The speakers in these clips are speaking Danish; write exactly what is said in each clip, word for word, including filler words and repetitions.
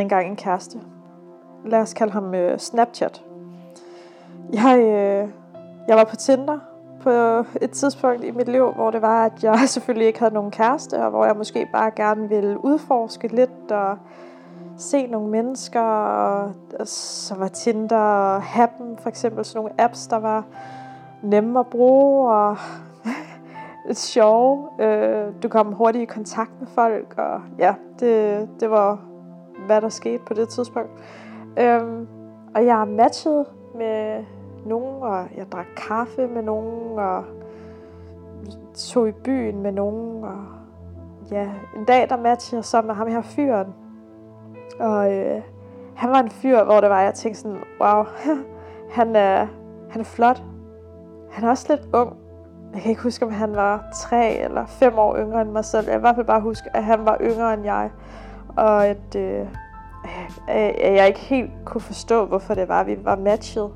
engang en kæreste. Lad os kalde ham øh, Snapchat. Jeg, øh, jeg var på Tinder på et tidspunkt i mit liv, hvor det var, at jeg selvfølgelig ikke havde nogen kæreste, og hvor jeg måske bare gerne ville udforske lidt og se nogle mennesker, og, og så var Tinder og Happen for eksempel sådan nogle apps, der var nemme at bruge og sjove. Øh, du kom hurtigt i kontakt med folk, og ja, det, det var, hvad der skete på det tidspunkt. Øh, og jeg matchede med nogen, og jeg drak kaffe med nogen, og tog i byen med nogen, og ja, en dag der matchede jeg så med ham her fyren, og øh, han var en fyr, hvor det var, jeg tænkte sådan, wow, han er, han er flot, han er også lidt ung. Jeg kan ikke huske, om han var tre eller fem år yngre end mig selv. Jeg kan i hvert fald bare huske, at han var yngre end jeg, og at, øh, at jeg ikke helt kunne forstå, hvorfor det var, vi var matchet.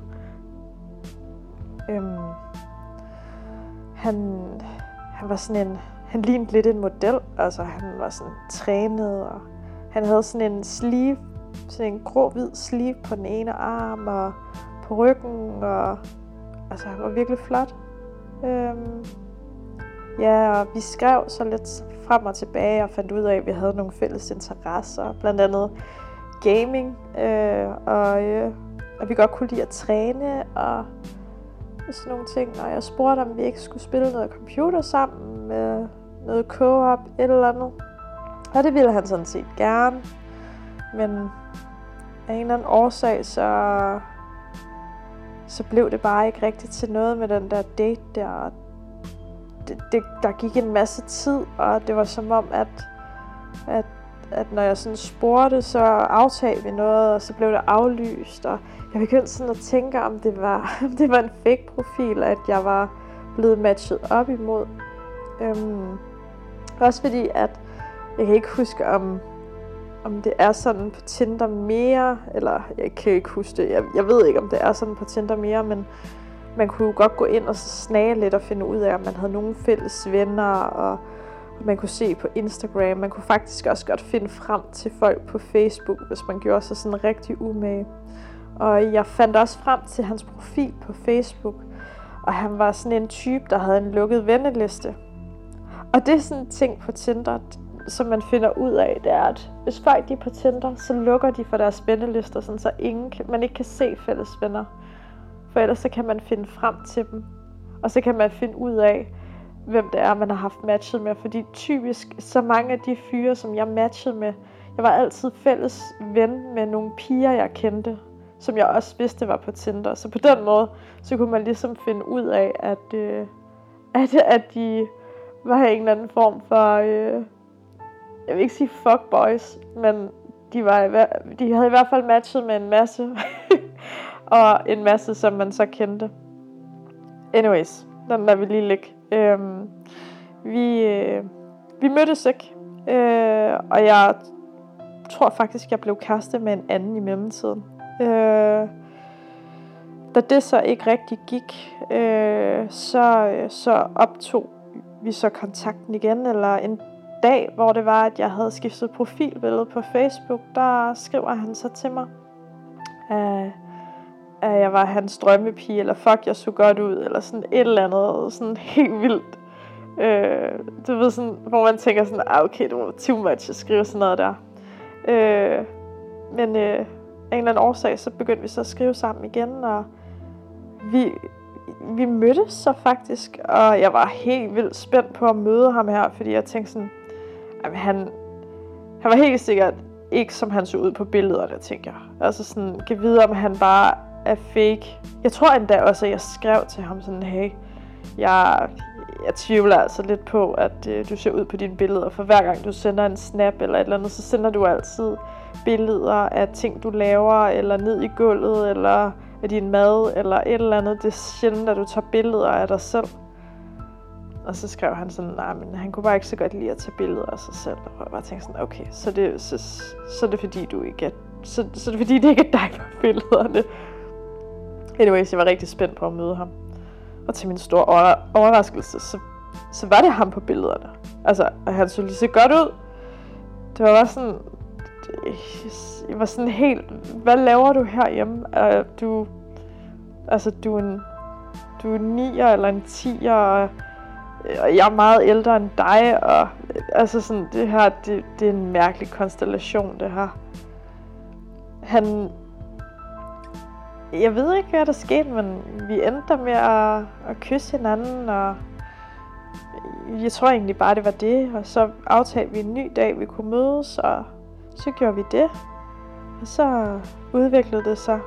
Øhm, han, han var sådan en, han lignede lidt en model, altså han var sådan trænet, og han havde sådan en sleeve, sådan en grå-hvid sleeve på den ene arm, og på ryggen, og altså han var virkelig flot. Øhm, ja, og vi skrev så lidt frem og tilbage, og fandt ud af, at vi havde nogle fælles interesser, blandt andet gaming, øh, og, øh, og vi godt kunne lide at træne, og sådan nogle ting, og jeg spurgte, om vi ikke skulle spille noget computer sammen med noget co-op, et eller andet. Og det ville han sådan set gerne, men af en eller anden årsag, så, så blev det bare ikke rigtigt til noget med den der date der. Det, det, der gik en masse tid, og det var som om, at, at, at når jeg sådan spurgte, så aftalte vi noget, og så blev det aflyst, og jeg begyndte sådan at tænke, om det var, om det var en fake profil, at jeg var blevet matchet op imod. Øhm, også fordi, at jeg kan ikke huske, om, om det er sådan på Tinder mere, eller jeg kan ikke huske det, jeg, jeg ved ikke, om det er sådan på Tinder mere, men man kunne godt gå ind og snage lidt og finde ud af, om man havde nogle fælles venner, og man kunne se på Instagram. Man kunne faktisk også godt finde frem til folk på Facebook, hvis man gjorde sig sådan rigtig umage. Og jeg fandt også frem til hans profil på Facebook, og han var sådan en type, der havde en lukket venneliste. Og det er sådan en ting på Tinder, som man finder ud af, det er, at hvis folk de er på Tinder, så lukker de for deres vennelister, sådan, så ingen, man ikke kan se fælles venner. For ellers så kan man finde frem til dem, og så kan man finde ud af, hvem det er, man har haft matchet med. Fordi typisk, så mange af de fyre, som jeg matchede med, jeg var altid fælles ven med nogle piger, jeg kendte, som jeg også vidste var på Tinder. Så på den måde, så kunne man ligesom finde ud af, at, øh, at, at de var en eller anden form for, øh, jeg vil ikke sige fuckboys, men de, var, de havde i hvert fald matchet med en masse, og en masse, som man så kendte. Anyways, den lader vi lige ligge. Øhm, vi, øh, vi mødtes ikke, øh, og jeg tror faktisk, jeg blev kæreste med en anden i mellemtiden. Øh, da det så ikke rigtig gik, øh, så, så optog vi så kontakten igen, eller en dag, hvor det var, at jeg havde skiftet profilbillede på Facebook, der skriver han så til mig, at, at jeg var hans drømmepige, eller fuck, jeg så godt ud, eller sådan et eller andet, sådan helt vildt. Øh, du ved sådan, hvor man tænker sådan, ah, okay, det var too much at skrive sådan noget der. Øh, men øh, af en eller anden årsag, så begyndte vi så at skrive sammen igen, og vi, vi mødtes så faktisk, og jeg var helt vildt spændt på at møde ham her, fordi jeg tænkte sådan, jamen han, han var helt sikkert ikke som han så ud på billederne, tænker jeg. Altså sådan, kan vide, om han bare er fake. Jeg tror endda også, at jeg skrev til ham sådan, hey, jeg, jeg tvivler altså lidt på, at øh, du ser ud på dine billeder, for hver gang du sender en snap eller et eller andet, så sender du altid billeder af ting, du laver, eller ned i gulvet, eller af din mad, eller et eller andet. Det er sjældent, at du tager billeder af dig selv. Og så skrev han sådan, nej, men han kunne bare ikke så godt lide at tage billeder af sig selv. Og jeg bare tænkte sådan, okay, så det, så, så er det fordi, du ikke er, så, så er det fordi, det ikke er dig på billederne. Anyways, jeg var rigtig spændt på at møde ham. Og til min store over- overraskelse, så, så var det ham på billederne. Altså, og han så lige så godt ud. Det var bare sådan, jeg var sådan helt, hvad laver du herhjemme? Uh, du, altså, du er en, du er en nier eller en tier, og, og jeg er meget ældre end dig, og altså sådan, det her, det, det er en mærkelig konstellation, det her. Han, jeg ved ikke, hvad der skete, men vi endte der med at, at kysse hinanden, og jeg tror egentlig bare, det var det. Og så aftalte vi en ny dag, vi kunne mødes, og så gjorde vi det. Og så udviklede det sig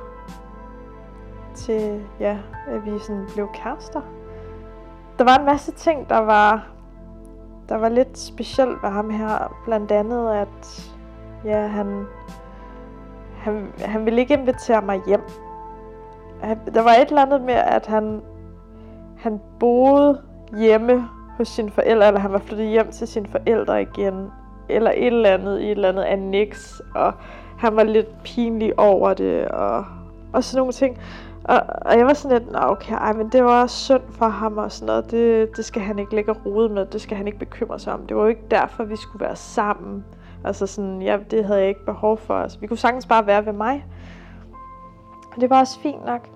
til, ja, at vi sådan blev kærester. Der var en masse ting, der var, der var lidt specielt ved ham her. Blandt andet, at ja, han, han, han ville ikke invitere mig hjem. Der var et eller andet med, at han, han boede hjemme hos sine forældre, eller han var flyttet hjem til sine forældre igen, eller et eller andet i et eller andet annex, og han var lidt pinlig over det, og, og sådan nogle ting. Og, og jeg var sådan lidt, okay, ej, men det var synd for ham og sådan noget, det, det skal han ikke lægge og rode med, det skal han ikke bekymre sig om. Det var jo ikke derfor, vi skulle være sammen. Altså sådan, ja, det havde jeg ikke behov for. Altså, vi kunne sagtens bare være ved mig. Og det var også fint nok.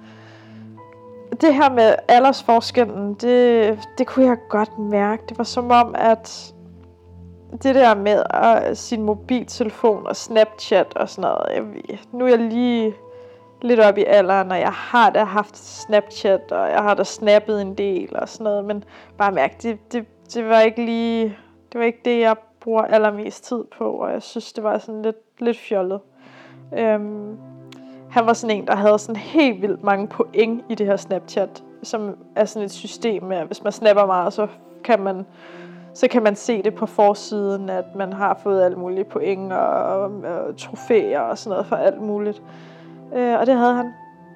Det her med aldersforskellen, det, det kunne jeg godt mærke. Det var som om, at det der med at, sin mobiltelefon og Snapchat og sådan noget, jeg, nu er jeg lige lidt op i alderen, og jeg har da haft Snapchat, og jeg har da snappet en del og sådan noget, men bare mærke, det, det, det var ikke lige, det var ikke det, jeg bruger allermest tid på, og jeg synes, det var sådan lidt, lidt fjollet. Øhm, Han var sådan en, der havde sådan helt vildt mange point i det her Snapchat, som er sådan et system med, at hvis man snapper meget, så kan man, så kan man se det på forsiden, at man har fået alle mulige point og, og, og trofæer og sådan noget for alt muligt. Øh, og det havde han.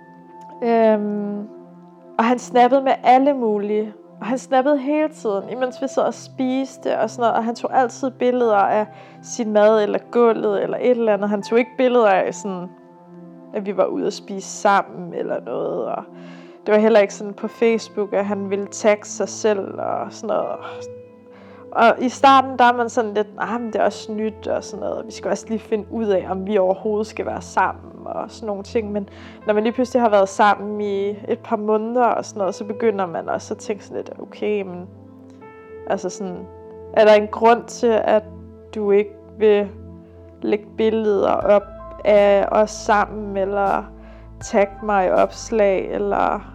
Øhm, og han snappede med alle mulige. Og han snappede hele tiden, imens vi sad og spiste og sådan noget. Og han tog altid billeder af sin mad eller gulvet eller et eller andet. Han tog ikke billeder af sådan, at vi var ude at spise sammen eller noget. Og det var heller ikke sådan på Facebook, at han ville tagge sig selv og sådan noget. Og i starten, der er man sådan lidt, nej, men det er også nyt og sådan noget. Vi skal også lige finde ud af, om vi overhovedet skal være sammen og sådan nogle ting. Men når man lige pludselig har været sammen i et par måneder og sådan noget, så begynder man også at tænke sådan lidt, okay, men altså sådan, er der en grund til, at du ikke vil lægge billeder op af os sammen, eller tagge mig i opslag, eller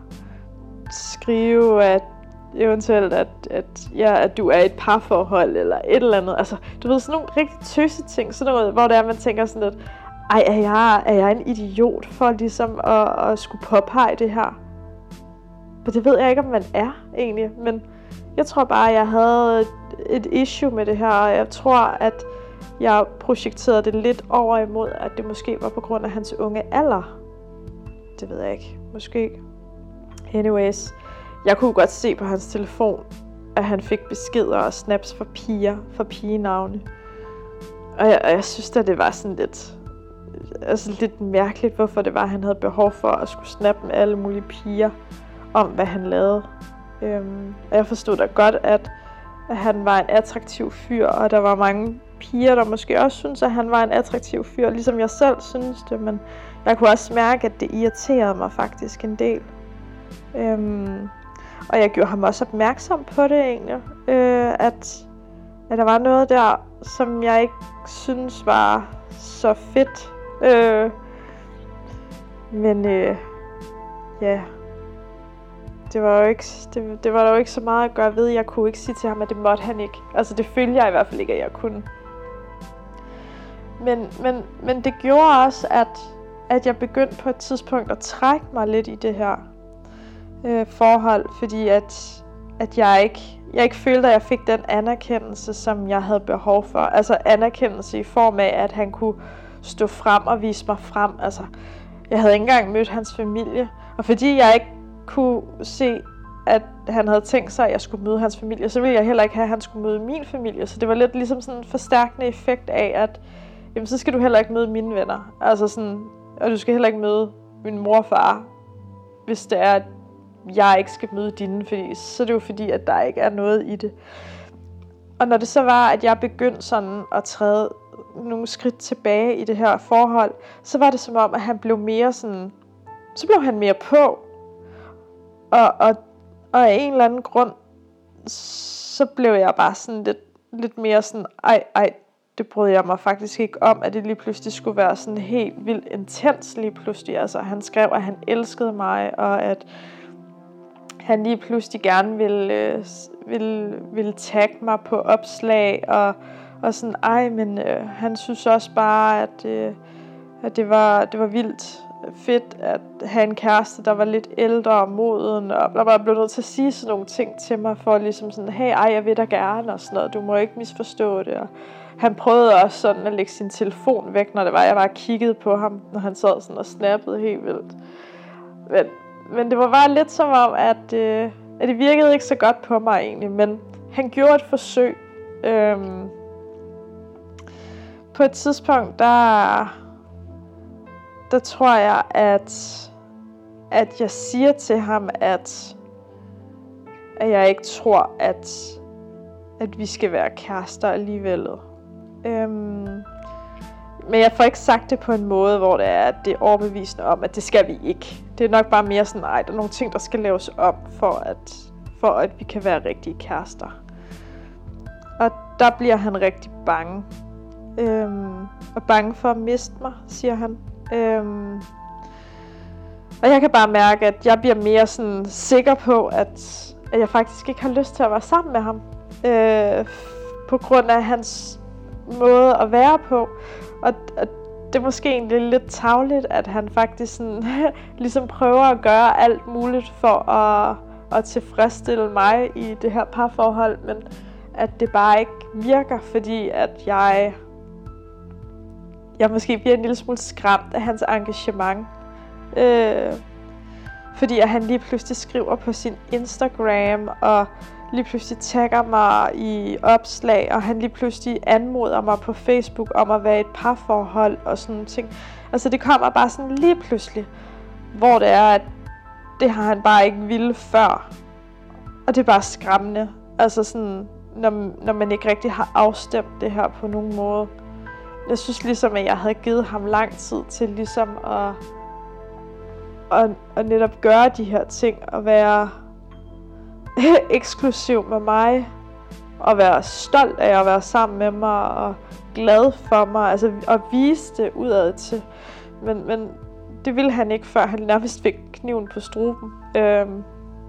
skrive, at eventuelt, at, at, ja, at du er i et parforhold, eller et eller andet. Altså, du ved, sådan nogle rigtig tøse ting, sådan noget, hvor det er, man tænker sådan lidt, ej, er jeg, er jeg en idiot for ligesom at, at skulle påpege det her? For det ved jeg ikke, om man er, egentlig. Men jeg tror bare, at jeg havde et, et issue med det her, og jeg tror, at jeg projekterede det lidt over imod, at det måske var på grund af hans unge alder. Det ved jeg ikke. Måske. Anyways. Jeg kunne godt se på hans telefon, at han fik beskeder og snaps for piger, for pigenavne. Og jeg, og jeg synes at det var sådan lidt, altså lidt mærkeligt, hvorfor det var, han havde behov for at skulle snappe med alle mulige piger om, hvad han lavede. Øhm, og jeg forstod da godt, at, at han var en attraktiv fyr, og der var mange piger, der måske også synes, at han var en attraktiv fyr, ligesom jeg selv synes det, men jeg kunne også mærke, at det irriterede mig faktisk en del. Øhm, og jeg gjorde ham også opmærksom på det egentlig, øh, at, at der var noget der, som jeg ikke synes var så fedt. Øh, men øh, ja, det var jo ikke, det, det var der jo ikke så meget at gøre ved. Jeg kunne ikke sige til ham, at det måtte han ikke. Altså det følte jeg i hvert fald ikke, at jeg kunne. Men, men, men det gjorde også, at, at jeg begyndte på et tidspunkt at trække mig lidt i det her øh, forhold, fordi at, at jeg ikke, jeg ikke følte, at jeg fik den anerkendelse, som jeg havde behov for. Altså anerkendelse i form af, at han kunne stå frem og vise mig frem. Altså, jeg havde ikke engang mødt hans familie, og fordi jeg ikke kunne se, at han havde tænkt sig, at jeg skulle møde hans familie, så ville jeg heller ikke have, at han skulle møde min familie. Så det var lidt ligesom sådan en forstærkende effekt af, at jamen, så skal du heller ikke møde mine venner. Altså sådan, og du skal heller ikke møde min mor og far, hvis det er, at jeg ikke skal møde dine, fordi så er det jo fordi, at der ikke er noget i det. Og når det så var, at jeg begyndte sådan at træde nogle skridt tilbage i det her forhold, så var det som om, at han blev mere sådan, så blev han mere på. Og, og, og af en eller anden grund, så blev jeg bare sådan lidt, lidt mere sådan, ej, ej, det brød jeg mig faktisk ikke om, at det lige pludselig skulle være sådan helt vildt intens lige pludselig. Altså han skrev, at han elskede mig, og at han lige pludselig gerne ville, øh, ville, ville tagge mig på opslag, og, og sådan, ej, men øh, han synes også bare, at, øh, at det, var, det var vildt fedt at have en kæreste, der var lidt ældre og moden, og der var blevet nødt til at sige sådan nogle ting til mig, for ligesom sådan, hey, ej, jeg vil da gerne, og sådan noget, du må ikke misforstå det, og han prøvede også sådan at lægge sin telefon væk, når det var, jeg bare kiggede på ham, når han sad sådan og snappede helt vildt. Men, men det var bare lidt som om, at, øh, at det virkede ikke så godt på mig egentlig, men han gjorde et forsøg. Øhm, på et tidspunkt, der, der tror jeg, at, at jeg siger til ham, at, at jeg ikke tror, at, at vi skal være kærester alligevel. Øhm, men jeg får ikke sagt det på en måde, hvor det er, at det er overbevisende om, at det skal vi ikke. Det er nok bare mere sådan, nej, der er nogle ting, der skal laves om, for at, for at vi kan være rigtige kærester. Og der bliver han rigtig bange. Øhm, og bange for at miste mig, siger han. Øhm, og jeg kan bare mærke, at jeg bliver mere sådan sikker på, at, at jeg faktisk ikke har lyst til at være sammen med ham. Øh, på grund af hans måde at være på. Og, og det er måske egentlig lidt tarveligt, at han faktisk sådan, ligesom prøver at gøre alt muligt for at, at tilfredsstille mig i det her parforhold, men at det bare ikke virker, fordi at jeg, jeg måske bliver en lille smule skræmt af hans engagement. Øh, fordi at han lige pludselig skriver på sin Instagram, og lige pludselig tagger mig i opslag, og han lige pludselig anmoder mig på Facebook om at være i et parforhold og sådan nogle ting. Altså det kommer bare sådan lige pludselig, hvor det er, at det har han bare ikke ville før. Og det er bare skræmmende. Altså sådan, når, når man ikke rigtig har afstemt det her på nogen måde. Jeg synes ligesom, at jeg havde givet ham lang tid til ligesom at, at, at netop gøre de her ting, og være eksklusiv med mig, og være stolt af at være sammen med mig, og glad for mig, altså at vise det udad til. Men, men det ville han ikke, før han nærmest fik kniven på struben. Øhm.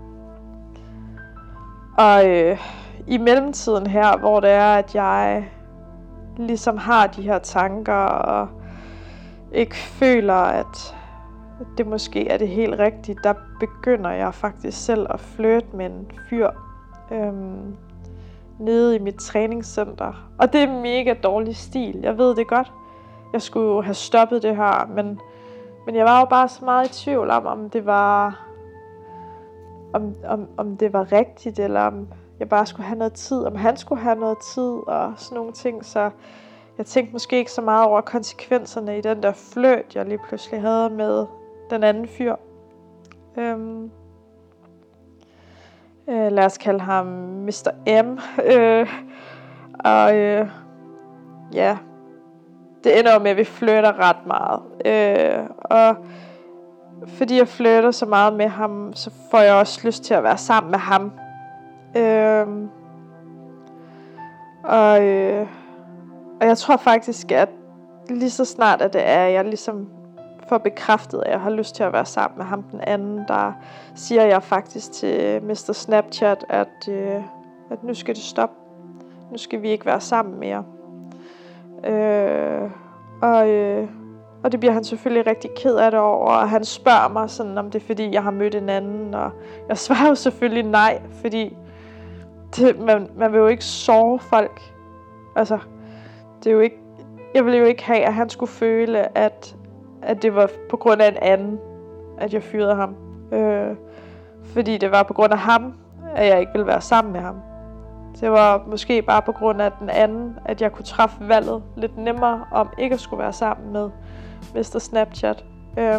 Og øh, i mellemtiden her, hvor det er, at jeg ligesom har de her tanker, og ikke føler, at det måske er det helt rigtigt, der begynder jeg faktisk selv at flirte med en fyr øhm, nede i mit træningscenter. Og det er mega dårlig stil, jeg ved det godt. Jeg skulle jo have stoppet det her, men, men jeg var jo bare så meget i tvivl om, om det var, om, om, om det var rigtigt, eller om jeg bare skulle have noget tid, om han skulle have noget tid, og sådan nogle ting, så jeg tænkte måske ikke så meget over konsekvenserne i den der flirt, jeg lige pludselig havde med den anden fyr. Øhm, øh, lad os kalde ham mister M. øh, og øh, ja, det ender jo med, at vi flirter ret meget. Øh, og fordi jeg flirter så meget med ham, så får jeg også lyst til at være sammen med ham. Øh, og, øh, og jeg tror faktisk, at lige så snart at det er, jeg ligesom får bekræftet, at jeg har lyst til at være sammen med ham den anden, der siger jeg faktisk til mister Snapchat, at, øh, at nu skal det stoppe. Nu skal vi ikke være sammen mere. Øh, og, øh, og det bliver han selvfølgelig rigtig ked af det over, og han spørger mig sådan, om det er fordi, jeg har mødt en anden, og jeg svarer jo selvfølgelig nej, fordi det, man, man vil jo ikke såre folk. Altså, det er jo ikke, jeg ville jo ikke have, at han skulle føle, at at det var på grund af en anden, at jeg fyrede ham. Øh, fordi det var på grund af ham, at jeg ikke ville være sammen med ham. Det var måske bare på grund af den anden, at jeg kunne træffe valget lidt nemmere om ikke at skulle være sammen med mister Snapchat. Øh,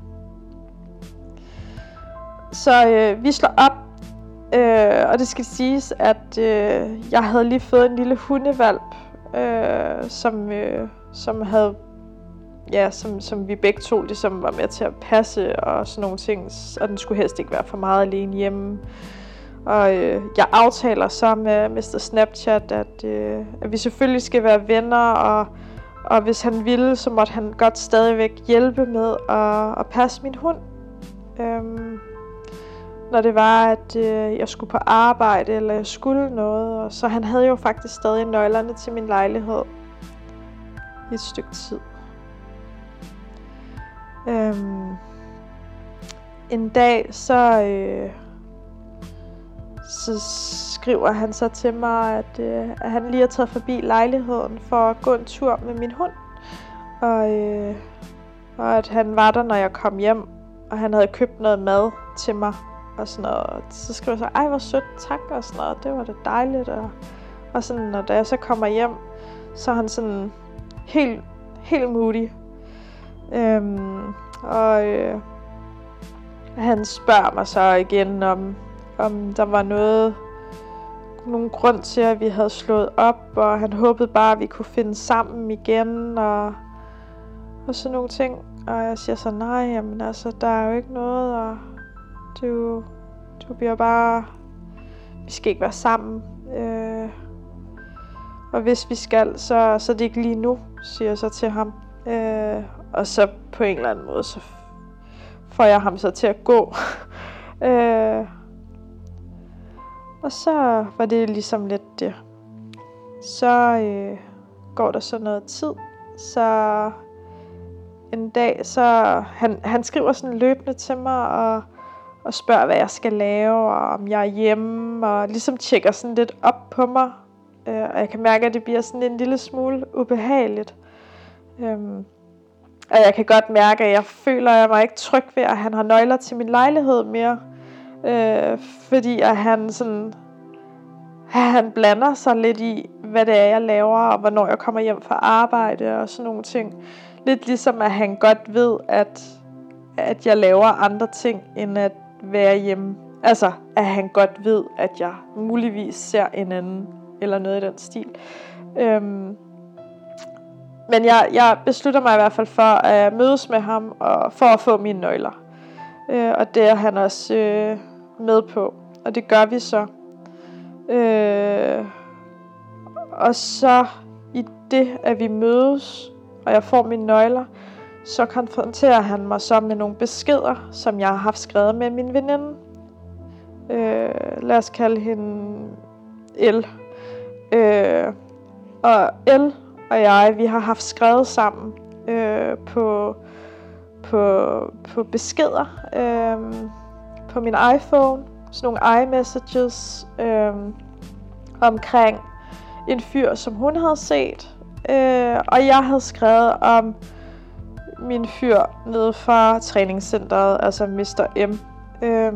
så øh, vi slår op, øh, og det skal siges, at øh, jeg havde lige fået en lille hundevalp øh, som, øh, som havde, ja, som, som vi begge to ligesom var med til at passe og sådan nogle ting, og den skulle helst ikke være for meget alene hjemme. Og øh, jeg aftaler så med mister Snapchat, at, øh, at vi selvfølgelig skal være venner, og, og hvis han ville, så måtte han godt stadigvæk hjælpe med at, at passe min hund. Øhm, når det var, at øh, jeg skulle på arbejde, eller jeg skulle noget. Og så han havde jo faktisk stadig nøglerne til min lejlighed i et stykke tid. Øhm, en dag, så... Øh, Så skriver han så til mig, at, øh, at han lige har taget forbi lejligheden for at gå en tur med min hund. Og, øh, og at han var der, når jeg kom hjem, og han havde købt noget mad til mig. Og sådan noget. Og så skriver jeg så, ej hvor sødt, tak, og sådan noget. Det var da dejligt. Og, og sådan, og da jeg så kommer hjem, så er han sådan helt, helt moody. Øhm, og øh, han spørger mig så igen om... om der var noget, nogen grund til, at vi havde slået op, og han håbede bare, at vi kunne finde sammen igen, og, og sådan nogle ting. Og jeg siger så, nej, jamen altså, der er jo ikke noget, og du, du bliver bare, vi skal ikke være sammen. Øh, og hvis vi skal, så, så er det ikke lige nu, siger jeg så til ham. Øh, og så på en eller anden måde, så får jeg ham så til at gå. øh, Og så var det ligesom lidt det. Så øh, går der så noget tid. Så en dag, så han, han skriver sådan løbende til mig og, og spørger, hvad jeg skal lave, og om jeg er hjemme, og ligesom tjekker sådan lidt op på mig. Øh, og jeg kan mærke, at det bliver sådan en lille smule ubehageligt. Øhm, og jeg kan godt mærke, at jeg føler, at jeg mig ikke tryg ved, at han har nøgler til min lejlighed mere. Øh, fordi at han sådan han blander sig lidt i, hvad det er, jeg laver, og hvornår jeg kommer hjem fra arbejde og sådan nogle ting. Lidt ligesom, at han godt ved, at, at jeg laver andre ting, end at være hjemme. Altså, at han godt ved, at jeg muligvis ser en anden, eller noget i den stil. Øhm, men jeg, jeg beslutter mig i hvert fald for at mødes med ham, og for at få mine nøgler. Øh, og det er han også øh, med på, og det gør vi så. Øh, og så i det, at vi mødes, og jeg får mine nøgler, så konfronterer han mig så med nogle beskeder, som jeg har haft skrevet med min veninde. Øh, lad os kalde hende El. Øh, og El og jeg, vi har haft skrevet sammen øh, på, på, på beskeder øh, på min iPhone. Sådan nogle iMessages øh, omkring en fyr, som hun havde set. Øh, og jeg havde skrevet om min fyr nede fra træningscenteret, altså mister M. Øh,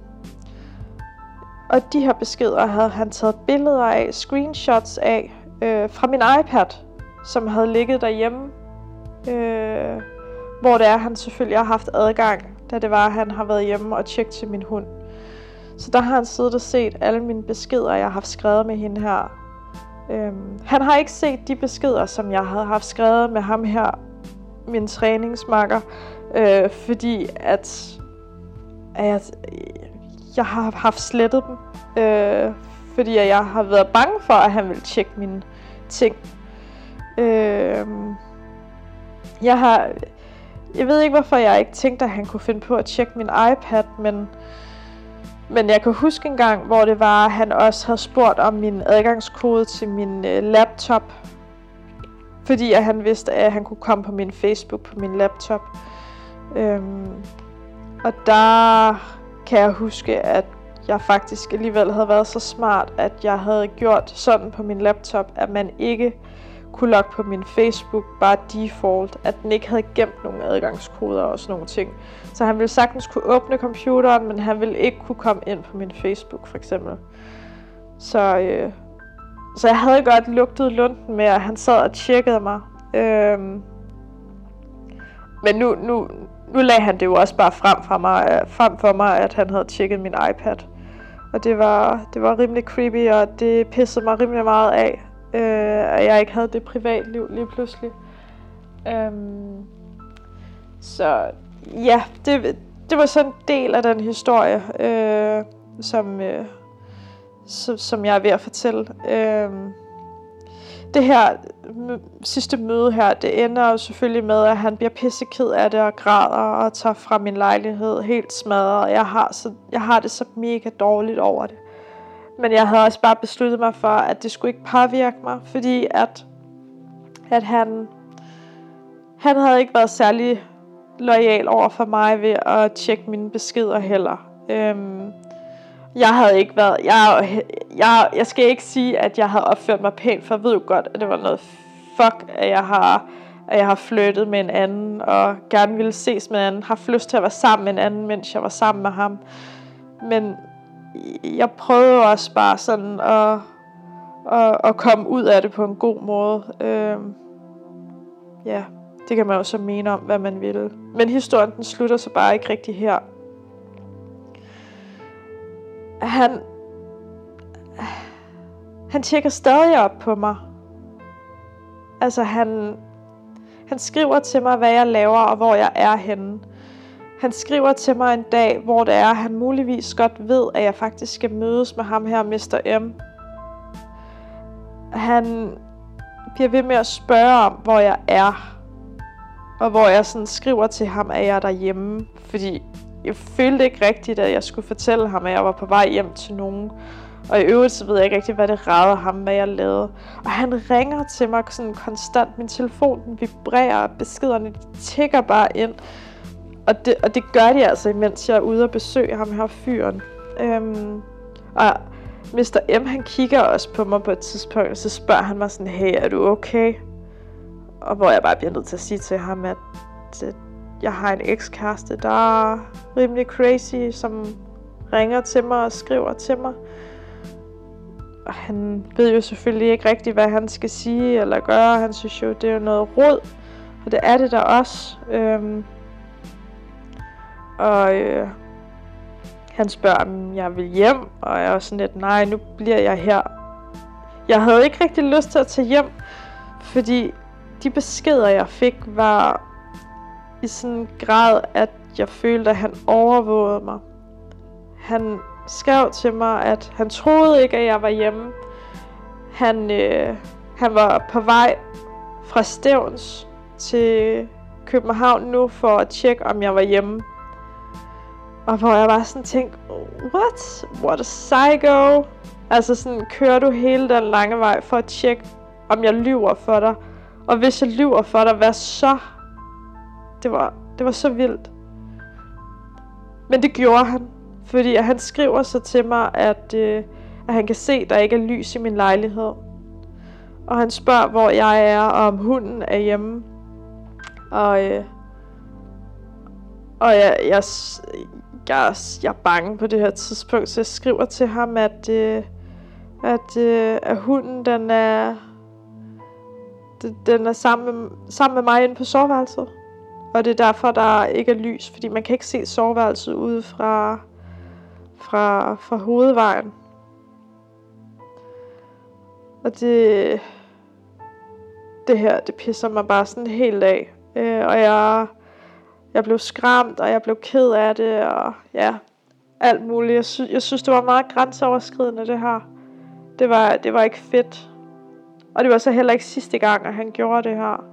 og de her beskeder havde han taget billeder af, screenshots af, øh, fra min iPad, som havde ligget derhjemme. Øh, hvor det er, han selvfølgelig har haft adgang, da det var, at han har været hjemme og tjekket til min hund. Så der har han siddet og set alle mine beskeder, jeg har haft skrevet med hende her. Øhm, han har ikke set de beskeder, som jeg havde haft skrevet med ham her, min træningsmakker, øh, fordi at, at jeg har haft slettet dem, øh, fordi jeg har været bange for, at han ville tjekke mine ting. Øh, jeg har, jeg ved ikke, hvorfor jeg ikke tænkte, at han kunne finde på at tjekke min iPad, men Men jeg kan huske en gang, hvor det var, at han også havde spurgt om min adgangskode til min øh, laptop. Fordi at han vidste, at han kunne komme på min Facebook på min laptop. Øhm, og der kan jeg huske, at jeg faktisk alligevel havde været så smart, at jeg havde gjort sådan på min laptop, at man ikke kunne logge på min Facebook bare default, at den ikke havde gemt nogle adgangskoder og sådan nogle ting. Så han ville sagtens kunne åbne computeren, men han ville ikke kunne komme ind på min Facebook for eksempel. Så, øh, så jeg havde godt lugtet lunden med, at han sad og tjekkede mig. Øhm, men nu, nu, nu lagde han det jo også bare frem for mig, frem for mig, at han havde tjekket min iPad. Og det var, det var rimelig creepy, og det pissede mig rimelig meget af. øh, og jeg ikke havde det privatliv lige pludselig. Øhm, så ja, det, det var sådan en del af den historie, øh, som, øh, som, som jeg er ved at fortælle. Øh, det her m- sidste møde her, det ender jo selvfølgelig med, at han bliver pisseked af det og græder og tager fra min lejlighed helt smadret. Jeg har, så, jeg har det så mega dårligt over det. Men jeg havde også bare besluttet mig for, at det skulle ikke påvirke mig, fordi at, at han, han havde ikke været særlig loyal over for mig ved at tjekke mine beskeder heller. Øhm, jeg havde ikke været, jeg, jeg, jeg skal ikke sige, at jeg havde opført mig pænt, for jeg ved jo godt, at det var noget fuck, at jeg har, at jeg har flyttet med en anden, og gerne ville ses med en anden, har lyst til at være sammen med en anden, mens jeg var sammen med ham. Men jeg prøvede også bare sådan at, at, at komme ud af det på en god måde. Øhm, ja, det kan man jo så mene om, hvad man vil. Men historien, den slutter så bare ikke rigtig her. Han, han tjekker stadig op på mig. Altså han, han skriver til mig, hvad jeg laver og hvor jeg er henne. Han skriver til mig en dag, hvor det er, at han muligvis godt ved, at jeg faktisk skal mødes med ham her, mister M. Han bliver ved med at spørge om, hvor jeg er. Og hvor jeg sådan skriver til ham, at jeg er derhjemme. Fordi jeg følte ikke rigtigt, at jeg skulle fortælle ham, at jeg var på vej hjem til nogen. Og i øvrigt så ved jeg ikke rigtig, hvad det ræder ham, hvad jeg lavede. Og han ringer til mig sådan konstant. Min telefon den vibrerer, og beskederne de tikker bare ind. Og det, og det gør de altså, imens jeg er ude og besøge ham her fyren. Øhm, og mister M, han kigger også på mig på et tidspunkt, og så spørger han mig sådan, hey, er du okay? Og hvor jeg bare bliver nødt til at sige til ham, at, at jeg har en ekskæreste, der er rimelig crazy, som ringer til mig og skriver til mig. Og han ved jo selvfølgelig ikke rigtigt, hvad han skal sige eller gøre. Han synes jo, det er jo noget rod, og det er det der også. Øhm, Og øh, han spørger, om jeg vil hjem, og jeg er sådan lidt, nej, nu bliver jeg her. Jeg havde ikke rigtig lyst til at tage hjem, fordi de beskeder, jeg fik, var i sådan en grad, at jeg følte, at han overvågede mig. Han skrev til mig, at han troede ikke, at jeg var hjemme. Han, øh, han var på vej fra Stevns til København nu for at tjekke, om jeg var hjemme. Og hvor jeg bare sådan tænkte, what? What a psycho. Altså sådan, kører du hele den lange vej for at tjekke, om jeg lyver for dig? Og hvis jeg lyver for dig, hvad så? Det var, det var så vildt. Men det gjorde han. Fordi han skriver så til mig, at, øh, at han kan se, at der ikke er lys i min lejlighed. Og han spørger, hvor jeg er, og om hunden er hjemme. Og, øh, og jeg, jeg, jeg, jeg er bange på det her tidspunkt, så jeg skriver til ham, at, øh, at, øh, at hunden den er, den er sammen, med, sammen med mig inde på soveværelset. Og det er derfor, der ikke er lys, fordi man kan ikke se soveværelset ude fra, fra, fra hovedvejen. Og det, det her, det pisser mig bare sådan helt af. Øh, og jeg, jeg blev skræmt, og jeg blev ked af det, og ja, alt muligt. Jeg, sy- jeg synes, det var meget grænseoverskridende, det her. Det var, det var ikke fedt. Og det var så heller ikke sidste gang, at han gjorde det her.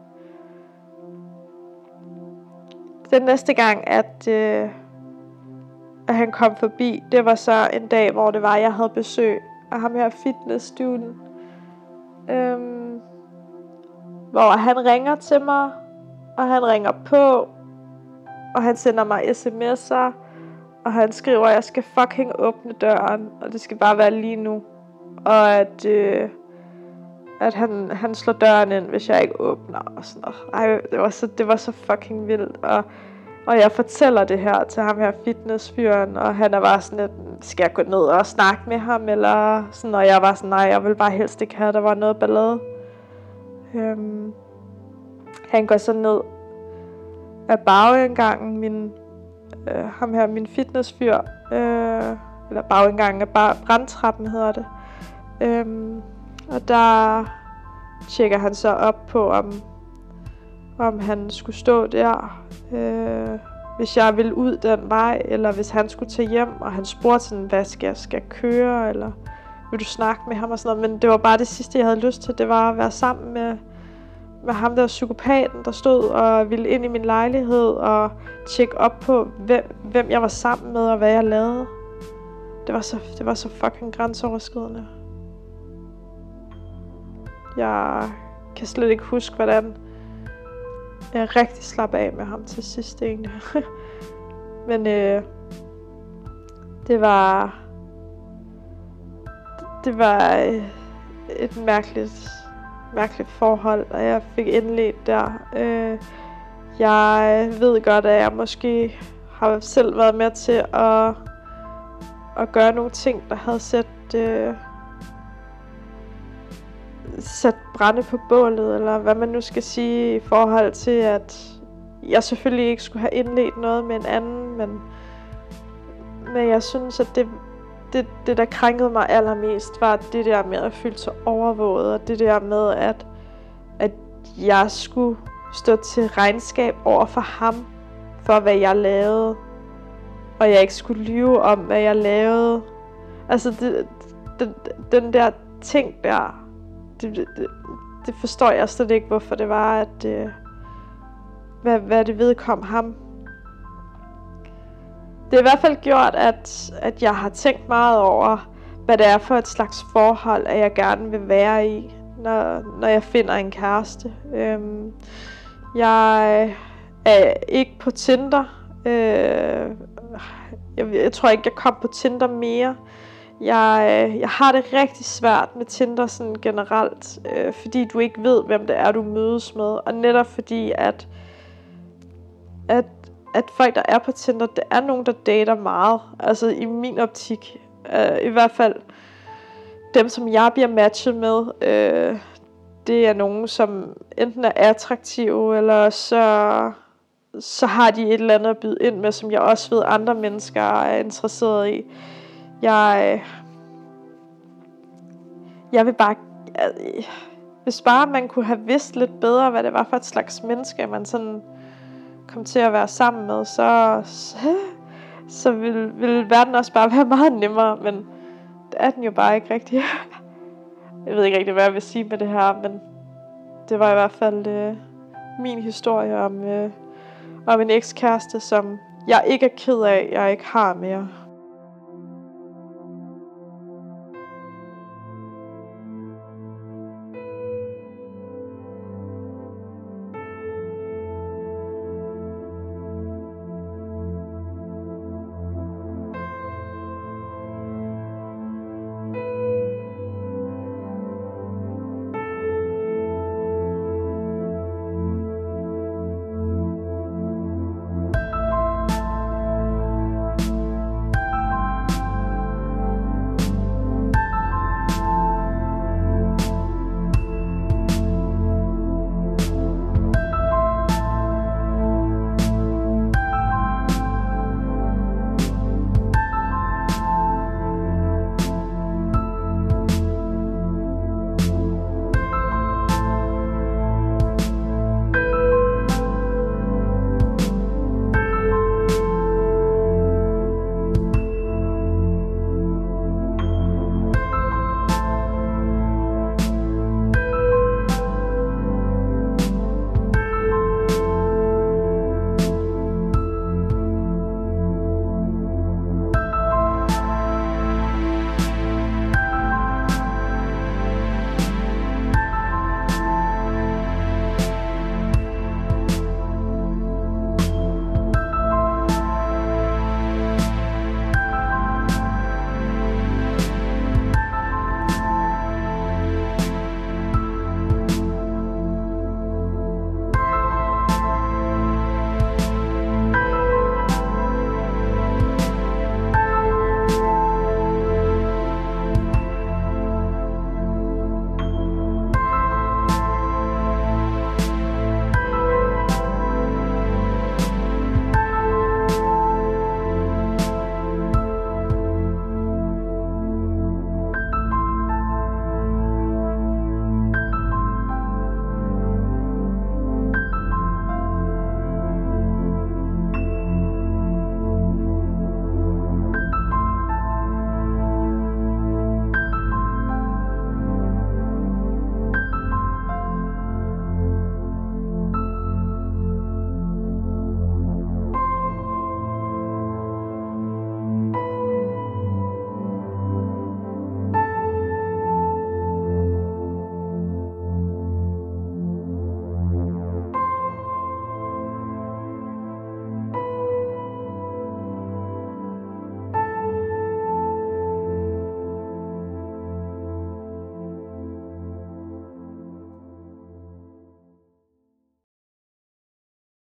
Den næste gang, at, øh, at han kom forbi, det var så en dag, hvor det var, jeg havde besøg af ham her fitnessstudien. Øhm, hvor han ringer til mig, og han ringer på, og han sender mig sms'er, og han skriver, at jeg skal fucking åbne døren, og det skal bare være lige nu. Og at, øh, at han, han slår døren ind, hvis jeg ikke åbner, og sådan noget. Ej, det var så, det var så fucking vildt, og, og jeg fortæller det her til ham her fitnessfyren, og han er bare sådan lidt, skal jeg gå ned og snakke med ham, eller sådan, og jeg var sådan, nej, jeg vil bare helst ikke have, der var noget ballade. Øhm, han går så ned af bagindgangen, min, øh, ham her, min fitnessfyr, øh, eller bagindgangen af bar, brandtrappen hedder det. Øhm, og der, tjekker han så op på, om, om han skulle stå der, øh, hvis jeg ville ud den vej, eller hvis han skulle tage hjem, og han spurgte sådan, hvad skal jeg, skal jeg køre, eller vil du snakke med ham og sådan noget. Men det var bare det sidste, jeg havde lyst til, det var at være sammen med, med ham der psykopaten, der stod og ville ind i min lejlighed og tjekke op på, hvem, hvem jeg var sammen med, og hvad jeg lavede. Det var så, det var så fucking grænseoverskridende. Jeg kan slet ikke huske, hvordan jeg rigtig slap af med ham til sidst egentlig. Men øh, det var det var øh, et mærkeligt mærkeligt forhold, og jeg fik indledt der. Øh, jeg ved godt, at jeg måske har selv været med til at at gøre nogle ting, der havde sat øh, sat brænde på bålet, eller hvad man nu skal sige, i forhold til, at jeg selvfølgelig ikke skulle have indledt noget med en anden, men, men jeg synes, at det, det, det, der krænkede mig allermest, var det der med at føle sig overvåget, og det der med, at, at jeg skulle stå til regnskab over for ham, for hvad jeg lavede, og jeg ikke skulle lyve om, hvad jeg lavede. Altså, det, den, den der ting der, det, det, det forstår jeg slet ikke, hvorfor det var, at øh, hvad, hvad det vedkom ham. Det har i hvert fald gjort, at, at jeg har tænkt meget over, hvad det er for et slags forhold, at jeg gerne vil være i, når, når jeg finder en kæreste. Øhm, jeg er ikke på Tinder. Øh, jeg, jeg tror ikke, jeg kom på Tinder mere. Jeg, jeg har det rigtig svært med Tinder sådan generelt, øh, fordi du ikke ved, hvem det er, du mødes med. Og netop fordi, at, at, at folk, der er på Tinder, det er nogen, der dater meget. Altså i min optik. Øh, I hvert fald dem, som jeg bliver matchet med, øh, det er nogen, som enten er attraktive, eller så, så har de et eller andet at byde ind med, som jeg også ved, andre mennesker er interesseret i. Jeg, jeg vil bare, hvis bare man kunne have vidst lidt bedre, hvad det var for et slags menneske, man sådan kom til at være sammen med, så, så, så ville, ville verden også bare være meget nemmere, men det er den jo bare ikke rigtig. Jeg ved ikke rigtig, hvad jeg vil sige med det her, men det var i hvert fald øh, min historie om, øh, om en ekskæreste, som jeg ikke er ked af, jeg ikke har mere.